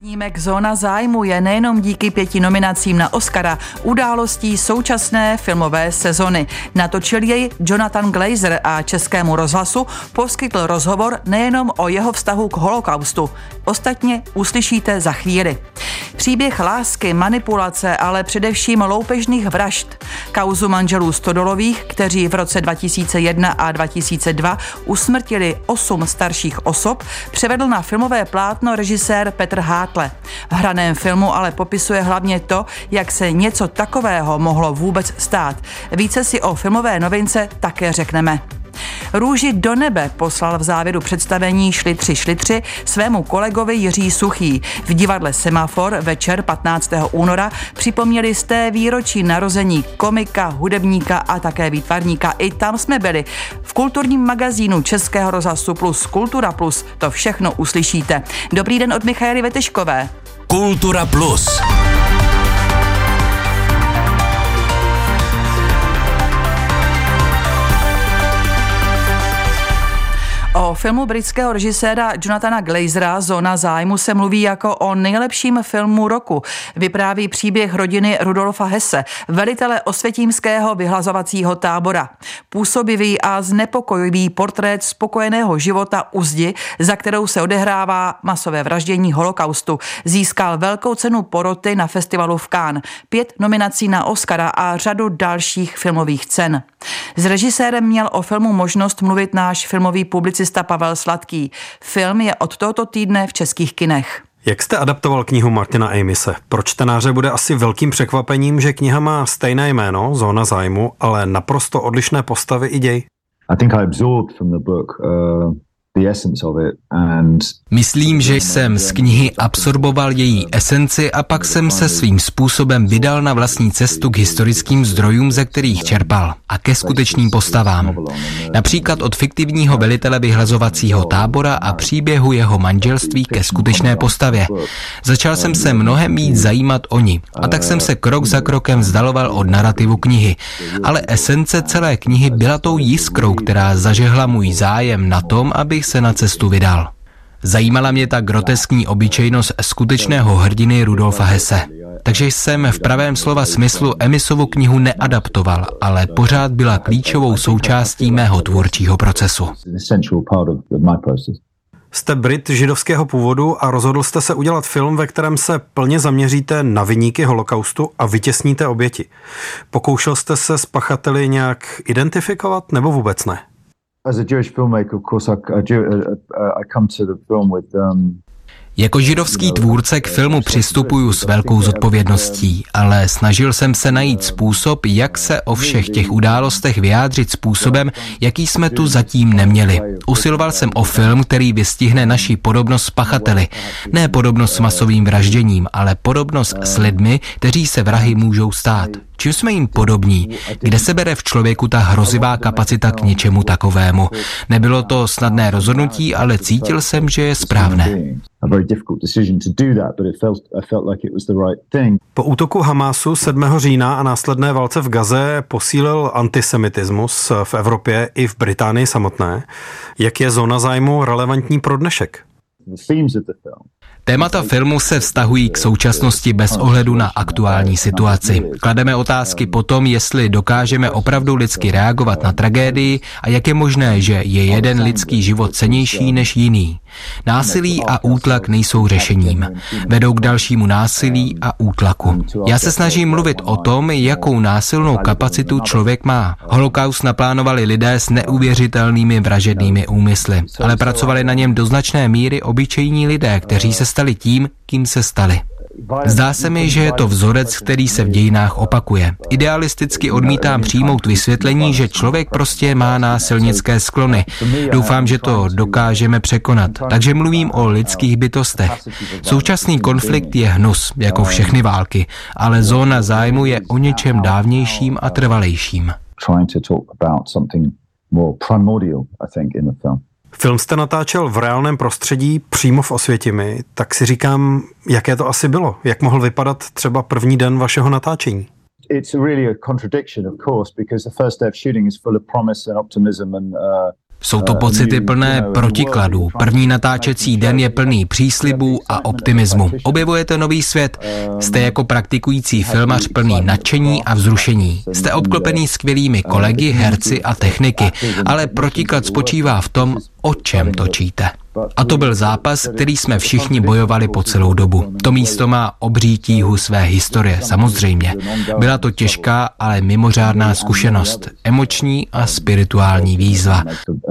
Snímek Zóna zájmu je nejenom díky 5 nominacím na Oscara událostí současné filmové sezony. Natočil jej Jonathan Glazer a Českému rozhlasu poskytl rozhovor nejenom o jeho vztahu k holokaustu. Ostatně uslyšíte za chvíli. Příběh lásky, manipulace, ale především loupežných vražd. Kauzu manželů Stodolových, kteří v roce 2001 a 2002 usmrtili 8 starších osob, převedl na filmové plátno režisér Petr Hátle. V hraném filmu ale popisuje hlavně to, jak se něco takového mohlo vůbec stát. Více si o filmové novince také řekneme. Růži do nebe poslal v závěru představení Šli tři svému kolegovi Jiří Suchý. V divadle Semafor večer 15. února připomněli z té výročí narození komika, hudebníka a také výtvarníka. I tam jsme byli. V kulturním magazínu Českého rozhlasu Plus Kultura Plus to všechno uslyšíte. Dobrý den od Michaely Veteškové. Kultura Plus. O filmu britského režiséra Jonathana Glazera Zóna zájmu se mluví jako o nejlepším filmu roku. Vypráví příběh rodiny Rudolfa Hesse, velitele osvětímského vyhlazovacího tábora. Působivý a znepokojivý portrét spokojeného života u zdi, za kterou se odehrává masové vraždění holokaustu. Získal velkou cenu poroty na festivalu v Cannes, 5 nominací na Oscara a řadu dalších filmových cen. S režisérem měl o filmu možnost mluvit náš filmový publicista Pavel Sladký. Film je od tohoto týdne v českých kinech. Jak jste adaptoval knihu Martina Amise? Pro čtenáře bude asi velkým překvapením, že kniha má stejné jméno, Zóna zájmu, ale naprosto odlišné postavy i děj. I think I absorbed from the book the essence of it and Myslím, že jsem z knihy absorboval její esenci a pak jsem se svým způsobem vydal na vlastní cestu k historickým zdrojům, ze kterých čerpal, a ke skutečným postavám. Například od fiktivního velitele vyhlazovacího tábora a příběhu jeho manželství ke skutečné postavě. Začal jsem se mnohem víc zajímat o ní a tak jsem se krok za krokem vzdaloval od narrativu knihy. Ale esence celé knihy byla tou jiskrou, která zažehla můj zájem na tom, abych se na cestu vydal. Zajímala mě ta groteskní obyčejnost skutečného hrdiny Rudolfa Hesse. Takže jsem v pravém slova smyslu Amisovu knihu neadaptoval, ale pořád byla klíčovou součástí mého tvůrčího procesu. Jste Brit židovského původu a rozhodl jste se udělat film, ve kterém se plně zaměříte na viníky holokaustu a vytěsníte oběti. Pokoušel jste se s pachateli nějak identifikovat, nebo vůbec ne? as a Jewish filmmaker, of course, I come to the film with Jako židovský tvůrce k filmu přistupuju s velkou zodpovědností, ale snažil jsem se najít způsob, jak se o všech těch událostech vyjádřit způsobem, jaký jsme tu zatím neměli. Usiloval jsem o film, který vystihne naši podobnost s pachateli. Ne podobnost s masovým vražděním, ale podobnost s lidmi, kteří se vrahy můžou stát. Čím jsme jim podobní? Kde se bere v člověku ta hrozivá kapacita k něčemu takovému? Nebylo to snadné rozhodnutí, ale cítil jsem, že je správné. Po útoku Hamásu 7. října a následné válce v Gaze posílil antisemitismus v Evropě i v Británii samotné. Jak je Zóna zájmu relevantní pro dnešek? Témata filmu se vztahují k současnosti bez ohledu na aktuální situaci. Klademe otázky po tom, jestli dokážeme opravdu lidsky reagovat na tragédii a jak je možné, že je jeden lidský život cennější než jiný. Násilí a útlak nejsou řešením. Vedou k dalšímu násilí a útlaku. Já se snažím mluvit o tom, jakou násilnou kapacitu člověk má. Holokaust naplánovali lidé s neuvěřitelnými vražednými úmysly, ale pracovali na něm do značné míry obyčejní lidé, kteří se stali tím, kým se stali. Zdá se mi, že je to vzorec, který se v dějinách opakuje. Idealisticky odmítám přijmout vysvětlení, že člověk prostě má násilnické sklony. Doufám, že to dokážeme překonat. Takže mluvím o lidských bytostech. Současný konflikt je hnus, jako všechny války, ale Zóna zájmu je o něčem dávnějším a trvalejším. Film jste natáčel v reálném prostředí, přímo v Osvětimi, tak si říkám, jaké to asi bylo? Jak mohl vypadat třeba první den vašeho natáčení? Jsou to pocity plné protikladů. První natáčecí den je plný příslibů a optimismu. Objevujete nový svět. Jste jako praktikující filmař plný nadšení a vzrušení. Jste obklopený skvělými kolegy, herci a techniky, ale protiklad spočívá v tom, o čem točíte. A to byl zápas, který jsme všichni bojovali po celou dobu. To místo má obří tíhu své historie, samozřejmě. Byla to těžká, ale mimořádná zkušenost. Emoční a spirituální výzva.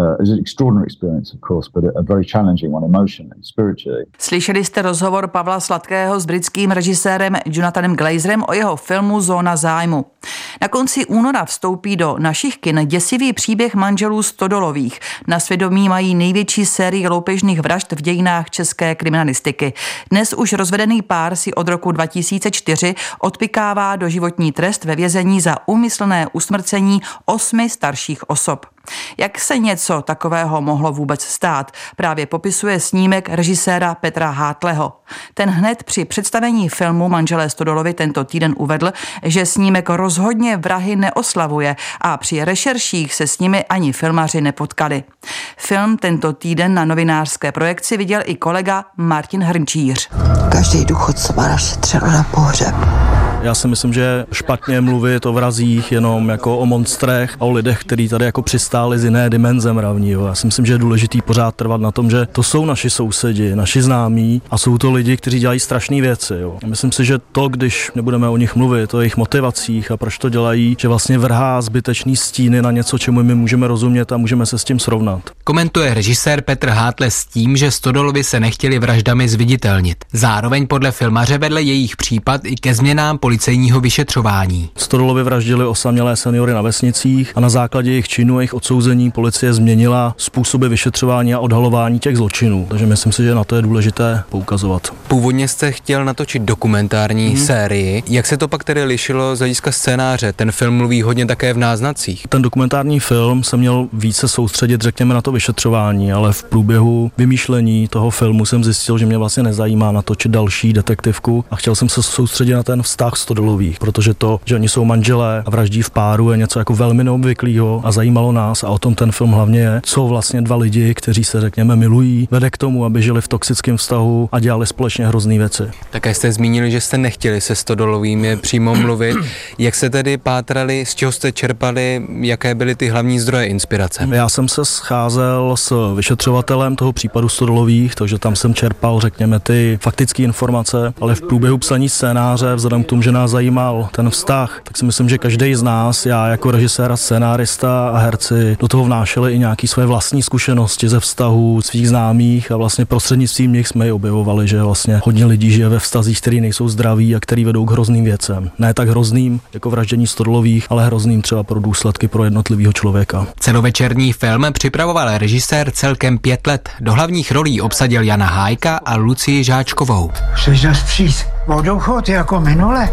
Slyšeli jste rozhovor Pavla Sladkého s britským režisérem Jonathanem Glazerem o jeho filmu Zóna zájmu. Na konci února vstoupí do našich kin děsivý příběh manželů Stodolových. Na svědomí mají největší sérii loupežných vražd v dějinách české kriminalistiky. Dnes už rozvedený pár si od roku 2004 odpykává doživotní trest ve vězení za úmyslné usmrcení 8 starších osob. Jak se něco takového mohlo vůbec stát, právě popisuje snímek režiséra Petra Hátleho. Ten hned při představení filmu Manželé Stodolovi tento týden uvedl, že snímek rozhodně vrahy neoslavuje a při rešerších se s nimi ani filmaři nepotkali. Film tento týden na novinářské projekci viděl i kolega Martin Hrnčíř. Každý důchodce má našetřeno na pohřeb. Já si myslím, že špatně mluvit o vrazích jenom jako o monstrech a o lidech, kteří tady jako přistáli z jiné dimenze mravní. Já si myslím, že je důležitý pořád trvat na tom, že to jsou naši sousedi, naši známí a jsou to lidi, kteří dělají strašné věci. Myslím si, že to, když nebudeme o nich mluvit, o jejich motivacích a proč to dělají, že vlastně vrhá zbytečný stíny na něco, čemu my můžeme rozumět a můžeme se s tím srovnat. Komentuje režisér Petr Hátle s tím, že Stodolovi se nechtěli vraždami zviditelnit. Zároveň podle filmaře vedle jejich případ i ke změnám policejního vyšetřování. Stodolovi vraždili osamělé seniory na vesnicích a na základě jejich činů a jejich odsouzení policie změnila způsoby vyšetřování a odhalování těch zločinů. Takže myslím si, že na to je důležité poukazovat. Původně jste chtěl natočit dokumentární sérii. Jak se to pak tedy lišilo z hlediska scénáře? Ten film mluví hodně také v náznacích. Ten dokumentární film se měl více soustředit, řekněme, na to vyšetřování, ale v průběhu vymýšlení toho filmu jsem zjistil, že mě vlastně nezajímá natočit další detektivku a chtěl jsem se soustředit na ten vztah Stodolových, protože to, že oni jsou manželé a vraždí v páru, je něco jako velmi neobvyklého a zajímalo nás a o tom ten film hlavně je, co vlastně dva lidi, kteří se řekněme milují, vede k tomu, aby žili v toxickém vztahu a dělali společně hrozný věci. Také jste zmínili, že jste nechtěli se Stodolovými přímo mluvit. Jak se tedy pátrali, z čeho jste čerpali, jaké byly ty hlavní zdroje inspirace? Já jsem se scházel s vyšetřovatelem toho případu Stodolových, takže tam jsem čerpal, řekněme, ty faktické informace, ale v průběhu psaní scénáře, vzhledem k tomu, že nás zajímal ten vztah, tak si myslím, že každý z nás, já jako režisér a scénárista a herci, do toho vnášeli i nějaké své vlastní zkušenosti ze vztahů svých známých a vlastně prostřednictvím nich jsme i objevovali, že vlastně hodně lidí žije ve vztazích, které nejsou zdraví a které vedou k hrozným věcem. Ne tak hrozným jako vraždění Stodolových, ale hrozným třeba pro důsledky pro jednotlivého člověka. Celovečerní film připravoval režisér celkem 5 let. Do hlavních rolí obsadil Jana Hájka a Lucii Žáčkovou. Chceš nás přijít o důchod jako minule?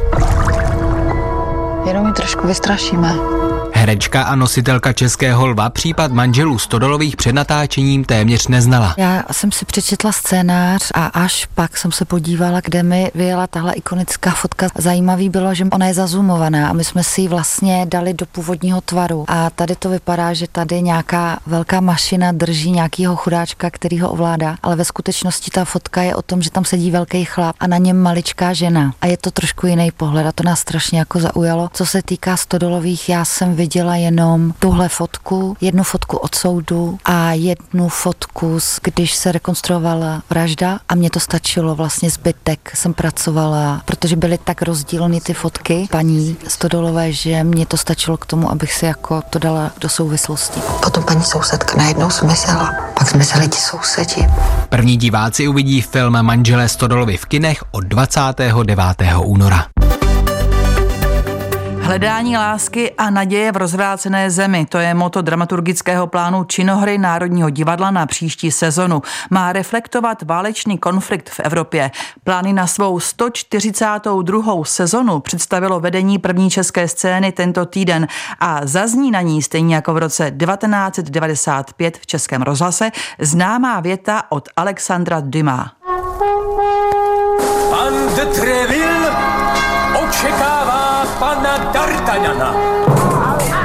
Jenom mi trošku vystrašíme. Herečka a nositelka Českého lva případ manželů Stodolových před natáčením téměř neznala. Já jsem si přečetla scénář a až pak jsem se podívala, kde mi vyjela tahle ikonická fotka. Zajímavý bylo, že ona je zazumovaná a my jsme si ji vlastně dali do původního tvaru. A tady to vypadá, že tady nějaká velká mašina drží nějakýho chudáčka, který ho ovládá, ale ve skutečnosti ta fotka je o tom, že tam sedí velký chlap a na něm maličká žena. A je to trošku jiný pohled a to nás strašně jako zaujalo. Co se týká Stodolových, já jsem viděla jenom tuhle fotku, jednu fotku od soudu a jednu fotku, když se rekonstruovala vražda a mně to stačilo, vlastně zbytek jsem pracovala, protože byly tak rozdílné ty fotky paní Stodolové, že mně to stačilo k tomu, abych si jako to dala do souvislosti. Potom paní sousedka najednou zmizela, pak zmizeli ti sousedi. První diváci uvidí film Manželé Stodolovi v kinech od 29. února. Hledání lásky a naděje v rozvrácené zemi, to je motto dramaturgického plánu činohry Národního divadla na příští sezonu. Má reflektovat válečný konflikt v Evropě. Plány na svou 142. sezonu představilo vedení první české scény tento týden a zazní na ní stejně jako v roce 1995 v Českém rozhlase známá věta od Alexandra Dumas. Pan de Treville očekává pana D'Artagnana.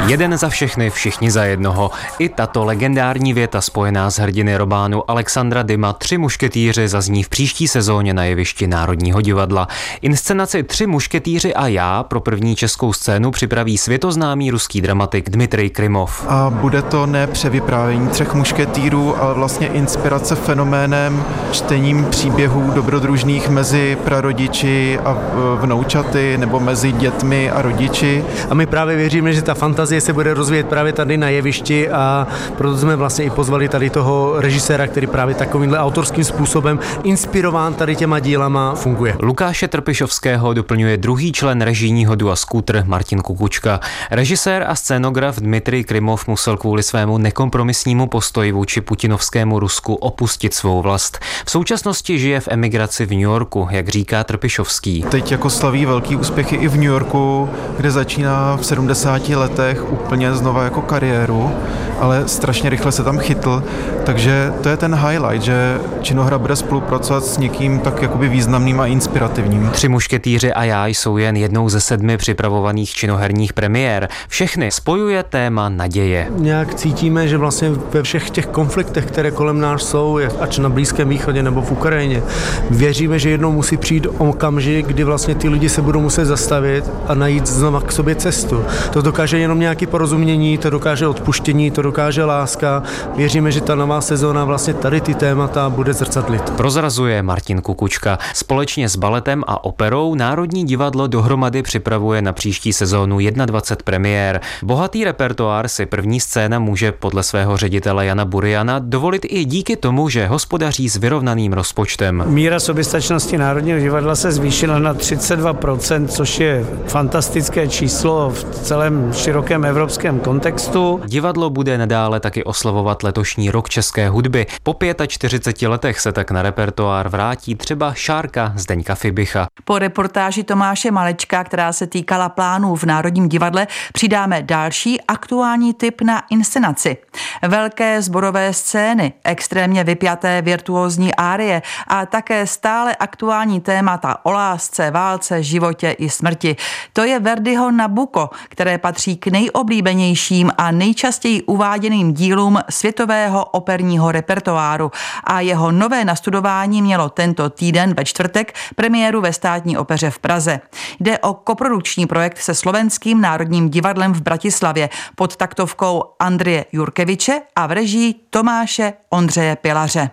Jeden za všechny, všichni za jednoho. I tato legendární věta spojená s hrdiny románu Alexandra Duma Tři mušketýři zazní v příští sezóně na jevišti Národního divadla. Inscenaci Tři mušketýři a já pro první českou scénu připraví světoznámý ruský dramatik Dmitrij Krymov. A bude to ne převyprávění Třech mušketýrů, ale vlastně inspirace fenoménem čtením příběhů dobrodružných mezi prarodiči a vnoučaty nebo mezi dětmi a rodiči. A my právě věříme, že ta fantazie se bude rozvíjet právě tady na jevišti a proto jsme vlastně i pozvali tady toho režiséra, který právě takovýmhle autorským způsobem inspirován tady těma dílama funguje. Lukáše Trpišovského doplňuje druhý člen režijního dua Skútr Martin Kukučka. Režisér a scénograf Dmitrij Krymov musel kvůli svému nekompromisnímu postoji vůči putinovskému Rusku opustit svou vlast. V současnosti žije v emigraci v New Yorku, jak říká Trpišovský. Teď jako slaví velký úspěchy i v New Yorku, kde začíná v 70 letech úplně znova jako kariéru, ale strašně rychle se tam chytl, takže to je ten highlight, že činohra bude spolupracovat s někým tak jakoby významným a inspirativním. Tři mušketýři a já jsou jen jednou ze 7 připravovaných činoherních premiér. Všechny spojuje téma naděje. Nějak cítíme, že vlastně ve všech těch konfliktech, které kolem nás jsou, ať na Blízkém východě nebo v Ukrajině, věříme, že jednou musí přijít okamžik, kdy vlastně ty lidi se budou muset zastavit a najít znova k sobě cestu. To dokáže jenom nějaké porozumění, to dokáže odpuštění, to dokáže láska. Věříme, že ta nová sezóna vlastně tady ty témata bude zrcadlit. Prozrazuje Martin Kukučka. Společně s baletem a operou Národní divadlo dohromady připravuje na příští sezónu 21 premiér. Bohatý repertoár si první scéna může podle svého ředitele Jana Buriana dovolit i díky tomu, že hospodaří s vyrovnaným rozpočtem. Míra soběstačnosti Národního divadla se zvýšila na 32%, což je fantastické číslo v celém širokém evropském kontextu. Divadlo bude nadále taky oslavovat letošní rok české hudby. Po 45 letech se tak na repertoár vrátí třeba Šárka Zdeňka Fibicha. Po reportáži Tomáše Malečka, která se týkala plánů v Národním divadle, přidáme další aktuální tip na inscenaci. Velké sborové scény, extrémně vypjaté virtuózní árie a také stále aktuální témata o lásce, válce, životě i smrti. To je Verdiho Nabucco, které patří k nejoblíbenějším a nejčastěji uváděným dílům světového operního repertoáru a jeho nové nastudování mělo tento týden ve čtvrtek premiéru ve Státní opeře v Praze. Jde o koprodukční projekt se Slovenským národním divadlem v Bratislavě pod taktovkou Andreje Jurkeviče a v režii Tomáše Ondřeje Pilaře.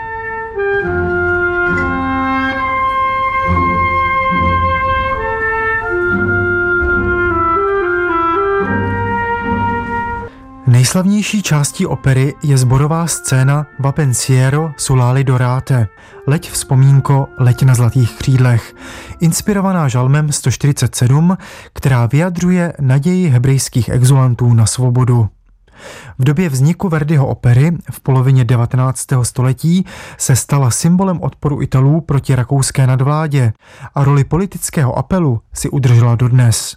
Nejslavnější částí opery je sborová scéna Va pensiero sull'ali dorate, Leď vzpomínko, leď na zlatých křídlech, inspirovaná žalmem 147, která vyjadřuje naději hebrejských exulantů na svobodu. V době vzniku Verdiho opery v polovině 19. století se stala symbolem odporu Italů proti rakouské nadvládě a roli politického apelu si udržela dodnes.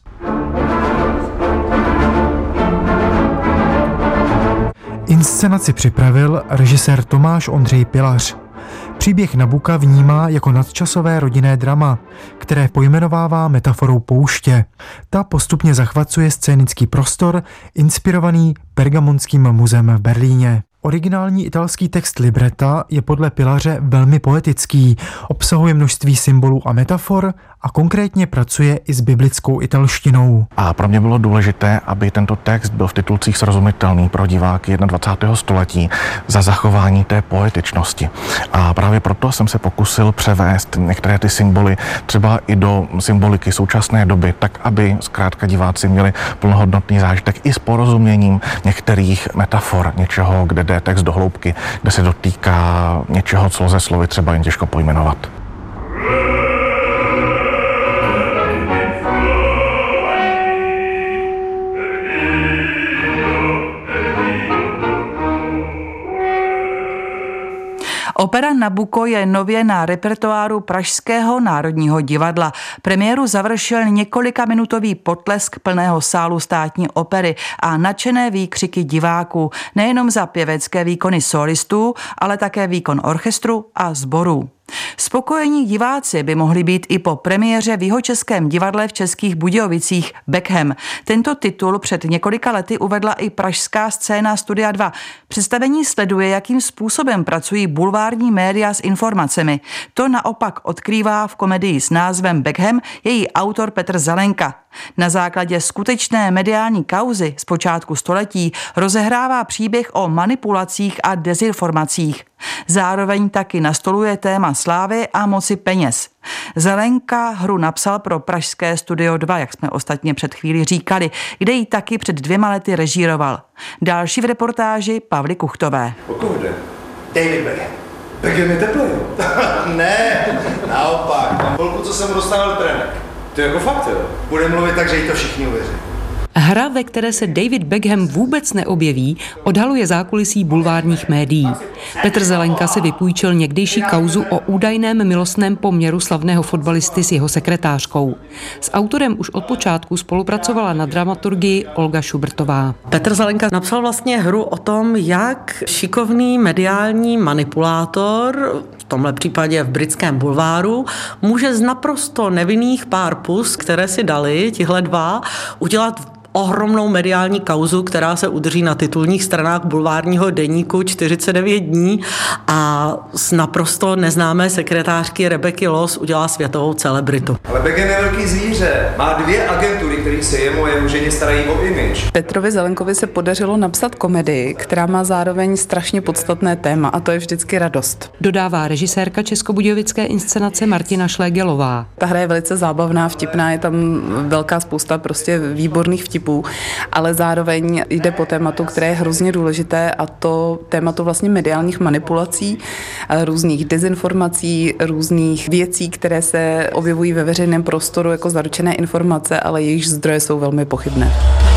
Inscenaci připravil režisér Tomáš Ondřej Pilař. Příběh Nabucca vnímá jako nadčasové rodinné drama, které pojmenovává metaforou pouště. Ta postupně zachvacuje scénický prostor, inspirovaný Pergamonským muzeem v Berlíně. Originální italský text libreta je podle Pilaře velmi poetický, obsahuje množství symbolů a metafor a konkrétně pracuje i s biblickou italštinou. A pro mě bylo důležité, aby tento text byl v titulcích srozumitelný pro diváky 21. století za zachování té poetičnosti. A právě proto jsem se pokusil převést některé ty symboly třeba i do symboliky současné doby, tak aby zkrátka diváci měli plnohodnotný zážitek i s porozuměním některých metafor, něčeho, kde jde text do hloubky, kde se dotýká něčeho, co lze slovy třeba jen těžko pojmenovat. Opera Nabucco je nově na repertoáru Pražského národního divadla. Premiéru završil několikaminutový potlesk plného sálu Státní opery a nadšené výkřiky diváků, nejenom za pěvecké výkony solistů, ale také výkon orchestru a sborů. Spokojení diváci by mohli být i po premiéře v Jihočeském divadle v Českých Budějovicích Beckham. Tento titul před několika lety uvedla i pražská scéna Studia 2. Představení sleduje, jakým způsobem pracují bulvární média s informacemi. To naopak odkrývá v komedii s názvem Beckham její autor Petr Zelenka. Na základě skutečné mediální kauzy z počátku století rozehrává příběh o manipulacích a dezinformacích. Zároveň taky nastoluje téma slávy a moci peněz. Zelenka hru napsal pro pražské Studio 2, jak jsme ostatně před chvíli říkali, kde ji taky před 2 lety režíroval. Další v reportáži Pavly Kuchtové. O koho jde? David Beckham. Beckham je teplý. Ne, naopak. Mám holku, co jsem dostával trenek. To je jako fakt, jo. Bude mluvit tak, že jí to všichni uvěří. Hra, ve které se David Beckham vůbec neobjeví, odhaluje zákulisí bulvárních médií. Petr Zelenka si vypůjčil někdejší kauzu o údajném milostném poměru slavného fotbalisty s jeho sekretářkou. S autorem už od počátku spolupracovala na dramaturgii Olga Šubertová. Petr Zelenka napsal vlastně hru o tom, jak šikovný mediální manipulátor, v tomhle případě v britském bulváru, může z naprosto nevinných pár pus, které si dali tihle dva, udělat ohromnou mediální kauzu, která se udrží na titulních stranách bulvárního deníku 49 dní a z naprosto neznámé sekretářky Rebeky Loss udělá světovou celebritu. Ale Beckham je velký zvíře. Má 2 agentury, které se jemu a jeho ženě starají o image. Petrovi Zelenkovi se podařilo napsat komedii, která má zároveň strašně podstatné téma a to je vždycky radost. Dodává režisérka českobudějovické inscenace Martina Šlégelová. Ta hra je velice zábavná, vtipná, je tam velká spousta prostě výborných vtipů, ale zároveň jde po tématu, které je hrozně důležité a to tématu vlastně mediálních manipulací, různých dezinformací, různých věcí, které se objevují ve veřejném prostoru jako zaručené informace, ale jejich zdroje jsou velmi pochybné.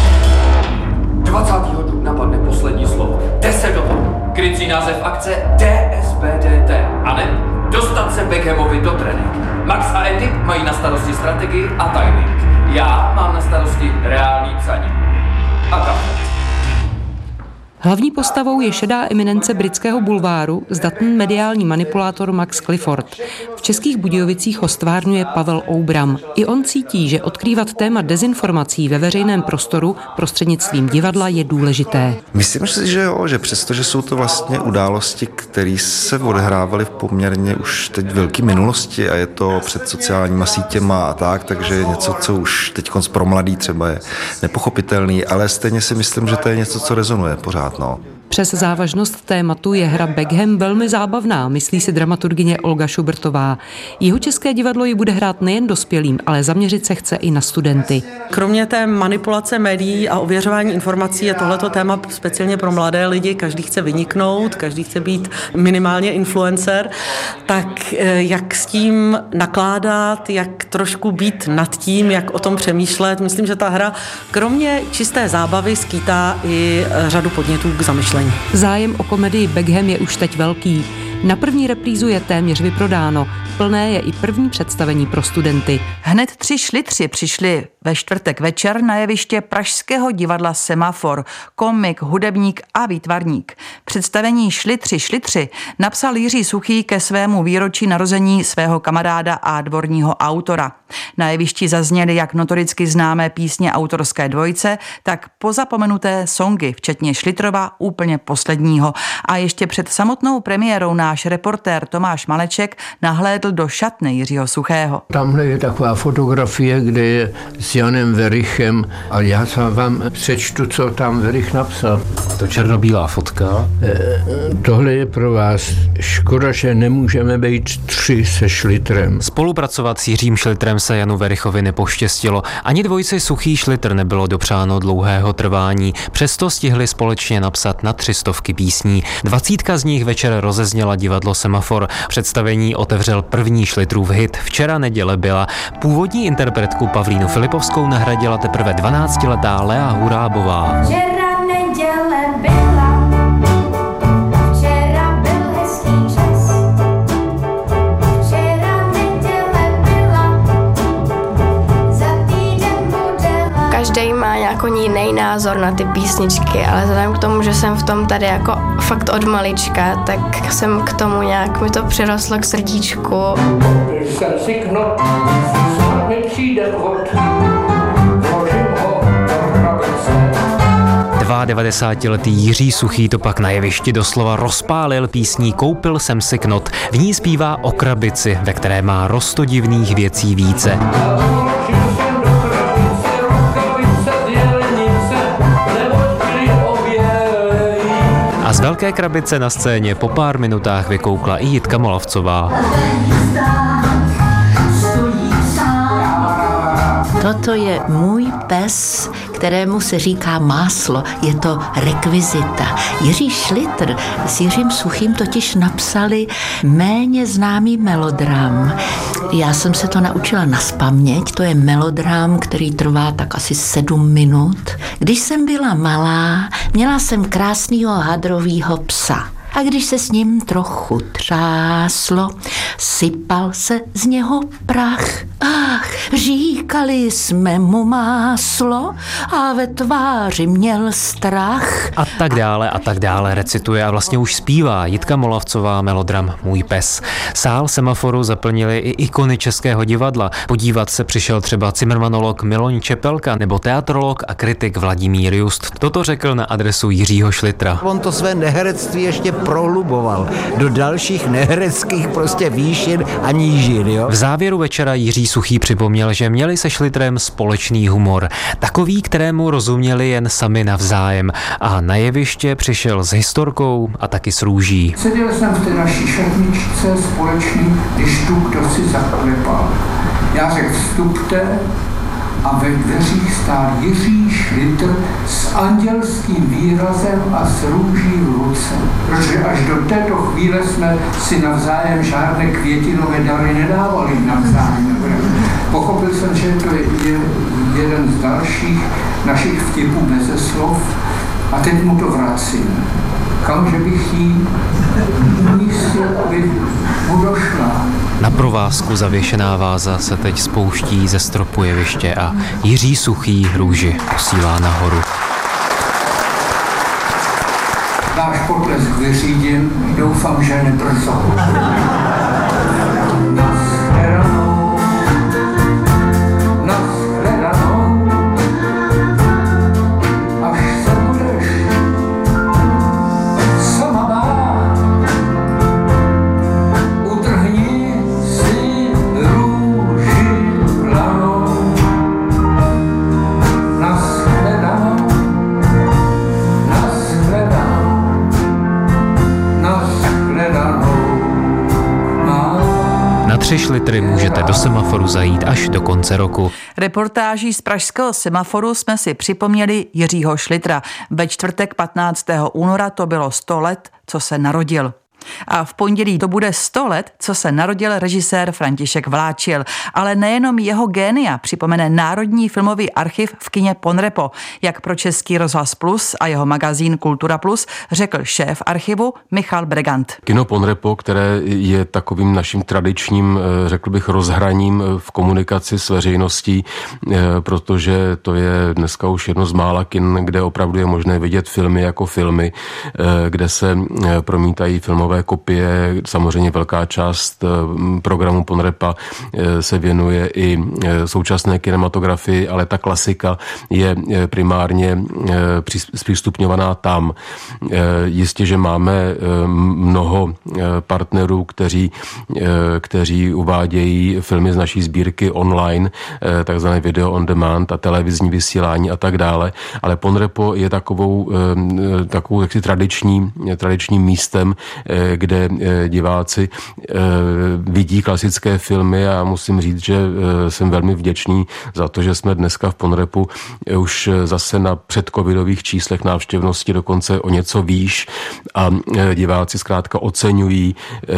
20. dubna padne poslední slovo. 10 dopad. Krycí název akce DSBDT. A ne, dostat se Beckhamovi do trenek. Max a Edip mají na starosti strategii a timing. Já mám na starosti reální psaní. A kafe. Hlavní postavou je šedá eminence britského bulváru, zdatný mediální manipulátor Max Clifford. V Českých Budějovicích ho stvárňuje Pavel Oubram. I on cítí, že odkrývat téma dezinformací ve veřejném prostoru prostřednictvím divadla je důležité. Myslím si, že jo, že přestože jsou to vlastně události, které se odehrávaly v poměrně už teď velké minulosti a je to před sociálníma sítěma a tak, takže je něco, co už teď pro mladý třeba je nepochopitelný, ale stejně si myslím, že to je něco, co rezonuje pořád. No. Přes závažnost tématu je hra Beckham velmi zábavná, myslí si dramaturgyně Olga Šubertová. Jihočeské divadlo ji bude hrát nejen dospělým, ale zaměřit se chce i na studenty. Kromě té manipulace médií a ověřování informací je tohleto téma speciálně pro mladé lidi. Každý chce vyniknout, každý chce být minimálně influencer. Tak jak s tím nakládat, jak trošku být nad tím, jak o tom přemýšlet. Myslím, že ta hra kromě čisté zábavy skýtá i řadu podnětů k zamyšlení. Zájem o komedii Beckham je už teď velký. Na první reprízu je téměř vyprodáno. Plné je i první představení pro studenty. Hned 3 šlitři přišli ve čtvrtek večer na jeviště pražského divadla Semafor. Komik, hudebník a výtvarník. Představení Šlitři napsal Jiří Suchý ke svému výročí narození svého kamaráda a dvorního autora. Na jevišti zazněly jak notoricky známé písně autorské dvojice, tak pozapomenuté songy, včetně Šlitrova úplně posledního. A ještě před samotnou premiérou náš reportér Tomáš Maleček nahlédl do šatny Jiřího Suchého. Tamhle je taková fotografie, kde je s Janem Werichem a já vám přečtu, co tam Werich napsal. To černobílá fotka. Tohle je pro vás. Škoda, že nemůžeme být 3 se Šlitrem. Spolupracovat s Jiřím Šlitrem se Janu Werichovi nepoštěstilo. Ani dvojici Suchý Šlitr nebylo dopřáno dlouhého trvání. Přesto stihli společně napsat na 300 písní. 20 z nich večer rozezněla divadlo Semafor. Představení otevřel první Šlitrův hit. Včera neděle byla. Původní interpretku Pavlínu Filipovskou nahradila teprve 12letá Lea Hurábová. Včera neděle byla, včera byl hezký čas. Včera neděle byla, za týden bude. Každý má jako jiný názor na ty písničky, ale vzhledem k tomu, že jsem v tom tady jako fakt od malička, tak jsem k tomu nějak, mi to přirostlo k srdíčku. Jsem si knot, snad mi přijde vhod, vložím ho do krabice. 92letý Jiří Suchý to pak na jevišti doslova rozpálil písní Koupil jsem si knot. V ní zpívá o krabici, ve které má roztodivných věcí více. A z velké krabice na scéně po pár minutách vykoukla i Jitka Molavcová. Toto je můj pes, kterému se říká Máslo. Je to rekvizita. Jiří Šlitr s Jiřím Suchým totiž napsali méně známý melodram. Já jsem se to naučila nazpaměť. To je melodram, který trvá tak asi 7 minut. Když jsem byla malá, měla jsem krásnýho hadrovýho psa. A když se s ním trochu třáslo, sypal se z něho prach. Ach, říkali jsme mu Máslo a ve tváři měl strach. A tak dále recituje a vlastně už zpívá Jitka Molavcová melodram Můj pes. Sál Semaforu zaplnili i ikony Českého divadla. Podívat se přišel třeba cimrmanolog Miloň Čepelka nebo teatrolog a kritik Vladimír Just. Toto řekl na adresu Jiřího Šlitra. On to své neherectví ještě prohluboval do dalších nehereckých prostě výšin a nížin. Jo? V závěru večera Jiří Suchý připomněl, že měli se Šlitrem společný humor. Takový, kterému rozuměli jen sami navzájem. A na jeviště přišel s historkou a taky s růží. Seděl jsem v té naší šatničce společný, když tu kdo si zaklepal. Já řekl vstupte a ve dveřích stál Jiří Šlitr s andělským výrazem a s růží v ruce. Protože až do této chvíle jsme si navzájem žádné květinové dary nedávali navzájem. Pochopil jsem, že to je jeden z dalších našich vtipů beze slov a teď mu to vracím. Kamže bych jí místě, aby mu došla. Na provázku zavěšená váza se teď spouští ze stropu jeviště a Jiří Suchý růži posílá nahoru. Váš potlesk vyřídím, doufám, že nebrzo. Na 3 šlitry můžete do Semaforu zajít až do konce roku. Reportáží z pražského Semaforu jsme si připomněli Jiřího Šlitra. Ve čtvrtek 15. února to bylo 100 let, co se narodil. A v pondělí to bude 100 let, co se narodil režisér František Vláčil. Ale nejenom jeho génia připomene Národní filmový archiv v kině Ponrepo, jak pro Český rozhlas Plus a jeho magazín Kultura Plus řekl šéf archivu Michal Bregant. Kino Ponrepo, které je takovým naším tradičním, řekl bych, rozhraním v komunikaci s veřejností, protože to je dneska už jedno z mála kin, kde opravdu je možné vidět filmy jako filmy, kde se promítají filmové kopie. Samozřejmě velká část programu Ponrepa se věnuje i současné kinematografii, ale ta klasika je primárně zpřístupňovaná tam. Jistě, že máme mnoho partnerů, kteří uvádějí filmy z naší sbírky online, takzvané video on demand a televizní vysílání a tak dále, ale Ponrepo je takovou jaksi tradičním místem, kde diváci vidí klasické filmy a musím říct, že jsem velmi vděčný za to, že jsme dneska v Ponrepu už zase na předcovidových číslech návštěvnosti dokonce o něco výš a diváci zkrátka oceňují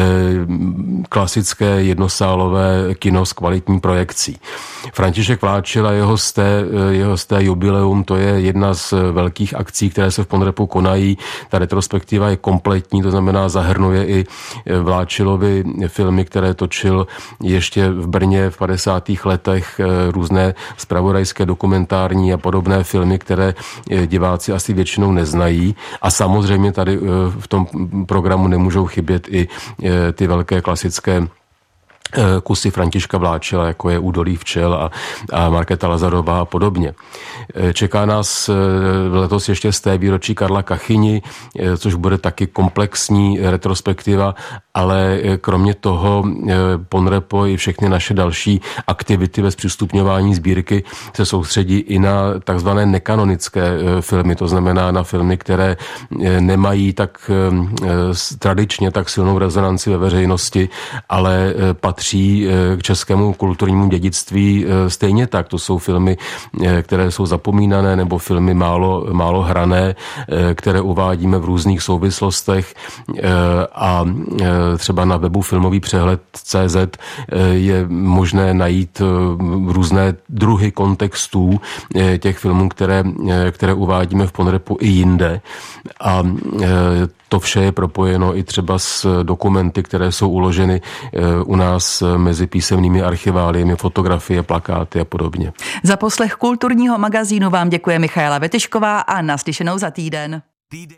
klasické jednosálové kino s kvalitní projekcí. František Vláčil a jeho sté jubileum, to je jedna z velkých akcí, které se v Ponrepu konají. Ta retrospektiva je kompletní, to znamená zahrnuje zahrnuje i Vláčilovy filmy, které točil ještě v Brně v 50. letech, různé zpravodajské, dokumentární a podobné filmy, které diváci asi většinou neznají. A samozřejmě tady v tom programu nemůžou chybět i ty velké klasické kusy Františka Vláčila, jako je Údolí včel a Markéta Lazarová a podobně. Čeká nás letos ještě z té výročí Karla Kachyni, což bude taky komplexní retrospektiva, ale kromě toho Ponrepo i všechny naše další aktivity ve zpřístupňování sbírky se soustředí i na takzvané nekanonické filmy, to znamená na filmy, které nemají tak tradičně tak silnou rezonanci ve veřejnosti, ale patří k českému kulturnímu dědictví stejně tak. To jsou filmy, které jsou zapomínané, nebo filmy málo hrané, které uvádíme v různých souvislostech a třeba na webu filmový přehled.cz je možné najít různé druhy kontextů těch filmů, které uvádíme v Ponrepu i jinde. A to vše je propojeno i třeba s dokumenty, které jsou uloženy u nás mezi písemnými archiváliemi, fotografie, plakáty a podobně. Za poslech kulturního magazínu vám děkuje Michaela Vetyšková a naslyšenou za týden.